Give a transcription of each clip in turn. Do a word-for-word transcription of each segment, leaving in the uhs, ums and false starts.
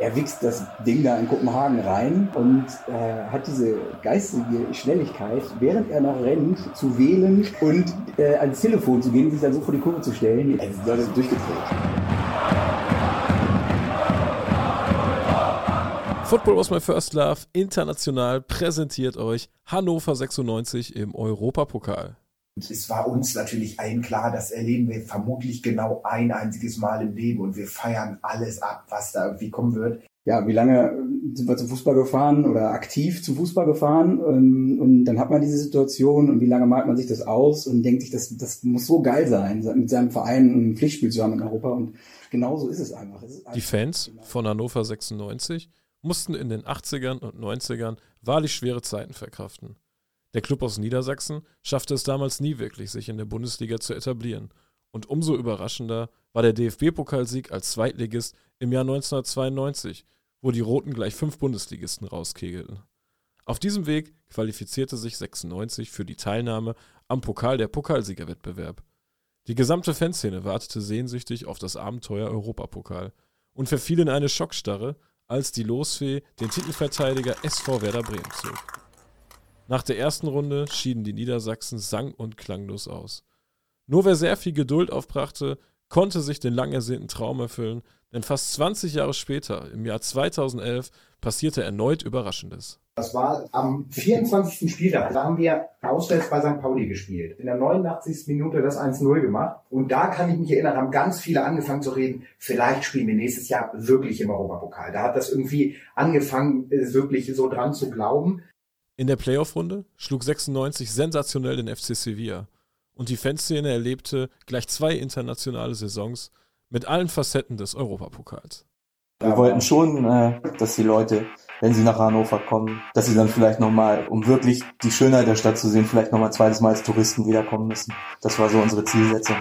Er wichst das Ding da in Kopenhagen rein und äh, hat diese geistige Schnelligkeit, während er noch rennt, zu wählen und äh, ans Telefon zu gehen, sich dann so vor die Kurve zu stellen. Also das ist durchgedreht. Football was my first love, international präsentiert euch Hannover sechsundneunzig im Europapokal. Es war uns natürlich allen klar, das erleben wir vermutlich genau ein einziges Mal im Leben und wir feiern alles ab, was da irgendwie kommen wird. Ja, wie lange sind wir zum Fußball gefahren oder aktiv zum Fußball gefahren und dann hat man diese Situation und wie lange malt man sich das aus und denkt sich, das, das muss so geil sein, mit seinem Verein ein Pflichtspiel zu haben in Europa und genauso ist es einfach. Es ist einfach Die Fans von Hannover sechsundneunzig mussten in den achtzigern und neunzigern wahrlich schwere Zeiten verkraften. Der Klub aus Niedersachsen schaffte es damals nie wirklich, sich in der Bundesliga zu etablieren. Und umso überraschender war der D F B-Pokalsieg als Zweitligist im Jahr neunzehnhundertzweiundneunzig, wo die Roten gleich fünf Bundesligisten rauskegelten. Auf diesem Weg qualifizierte sich sechsundneunzig für die Teilnahme am Pokal der Pokalsiegerwettbewerb. Die gesamte Fanszene wartete sehnsüchtig auf das Abenteuer Europapokal und verfiel in eine Schockstarre, als die Losfee den Titelverteidiger S V Werder Bremen zog. Nach der ersten Runde schieden die Niedersachsen sang- und klanglos aus. Nur wer sehr viel Geduld aufbrachte, konnte sich den lang ersehnten Traum erfüllen, denn fast zwanzig Jahre später, im Jahr zweitausendelf, passierte erneut Überraschendes. Das war am vierundzwanzigsten Spieltag. Da haben wir auswärts bei Sankt Pauli gespielt. In der neunundachtzigsten Minute das eins null gemacht. Und da kann ich mich erinnern, haben ganz viele angefangen zu reden, vielleicht spielen wir nächstes Jahr wirklich im Europapokal. Da hat das irgendwie angefangen, wirklich so dran zu glauben. In der Playoff-Runde schlug sechsundneunzig sensationell den F C Sevilla und die Fanszene erlebte gleich zwei internationale Saisons mit allen Facetten des Europapokals. Wir wollten schon, äh, dass die Leute, wenn sie nach Hannover kommen, dass sie dann vielleicht nochmal, um wirklich die Schönheit der Stadt zu sehen, vielleicht nochmal zweites Mal als Touristen wiederkommen müssen. Das war so unsere Zielsetzung.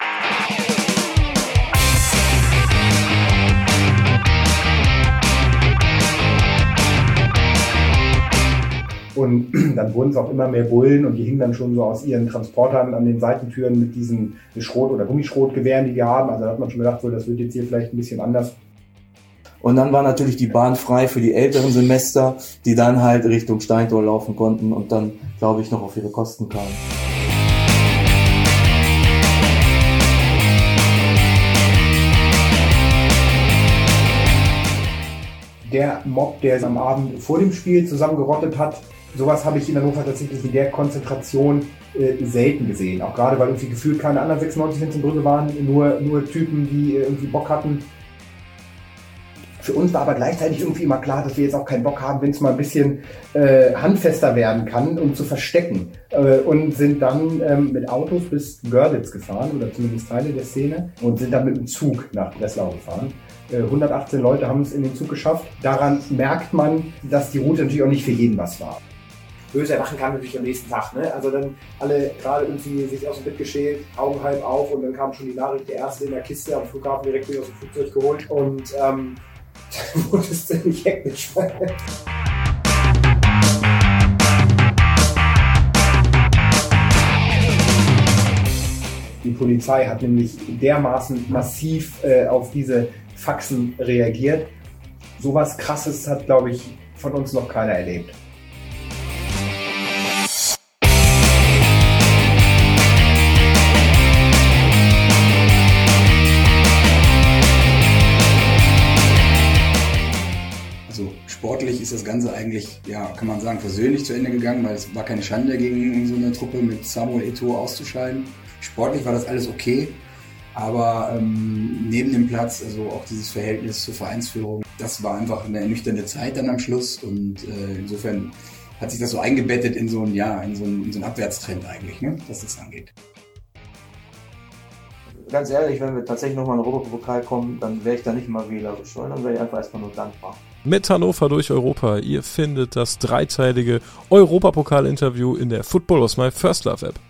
Und dann wurden es auch immer mehr Bullen und die hingen dann schon so aus ihren Transportern an den Seitentüren mit diesen Schrot- oder Gummischrotgewehren, die die haben. Also da hat man schon gedacht, so, das wird jetzt hier vielleicht ein bisschen anders. Und dann war natürlich die Bahn frei für die älteren Semester, die dann halt Richtung Steintor laufen konnten und dann, glaube ich, noch auf ihre Kosten kamen. Der Mob, der am Abend vor dem Spiel zusammengerottet hat, sowas habe ich in Hannover tatsächlich in der Konzentration äh, selten gesehen. Auch gerade, weil irgendwie gefühlt keine anderen sechsundneunzig-Fans in Brügge waren, nur, nur Typen, die äh, irgendwie Bock hatten. Für uns war aber gleichzeitig irgendwie immer klar, dass wir jetzt auch keinen Bock haben, wenn es mal ein bisschen äh, handfester werden kann, um zu verstecken. Äh, und sind dann ähm, mit Autos bis Görlitz gefahren, oder zumindest Teile der Szene, und sind dann mit dem Zug nach Breslau gefahren. Äh, hundertachtzehn Leute haben es in den Zug geschafft. Daran merkt man, dass die Route natürlich auch nicht für jeden was war. Böse erwachen kam natürlich am nächsten Tag, ne? Also dann alle gerade irgendwie sich aus dem Bett geschält, Augen halb auf und dann kam schon die Nachricht, der Erste in der Kiste am Flughafen direkt wieder aus dem Flugzeug geholt und ähm, dann wurde es ziemlich hektisch. Die Polizei hat nämlich dermaßen massiv äh, auf diese Faxen reagiert. Sowas Krasses hat, glaube ich, von uns noch keiner erlebt. Sportlich ist das Ganze eigentlich, ja, kann man sagen, versöhnlich zu Ende gegangen, weil es war keine Schande, gegen so eine Truppe mit Samuel Eto'o auszuscheiden. Sportlich war das alles okay, aber ähm, neben dem Platz, also auch dieses Verhältnis zur Vereinsführung, das war einfach eine ernüchternde Zeit dann am Schluss und äh, insofern hat sich das so eingebettet in so einen, ja, in so einen, in so einen Abwärtstrend eigentlich, ne, was das angeht. Ganz ehrlich, wenn wir tatsächlich nochmal in den Europapokal kommen, dann wäre ich da nicht mal wählerisch, sondern dann wäre ich einfach erstmal nur dankbar. Mit Hannover durch Europa. Ihr findet das dreiteilige Europapokal-Interview in der Football was my first love App.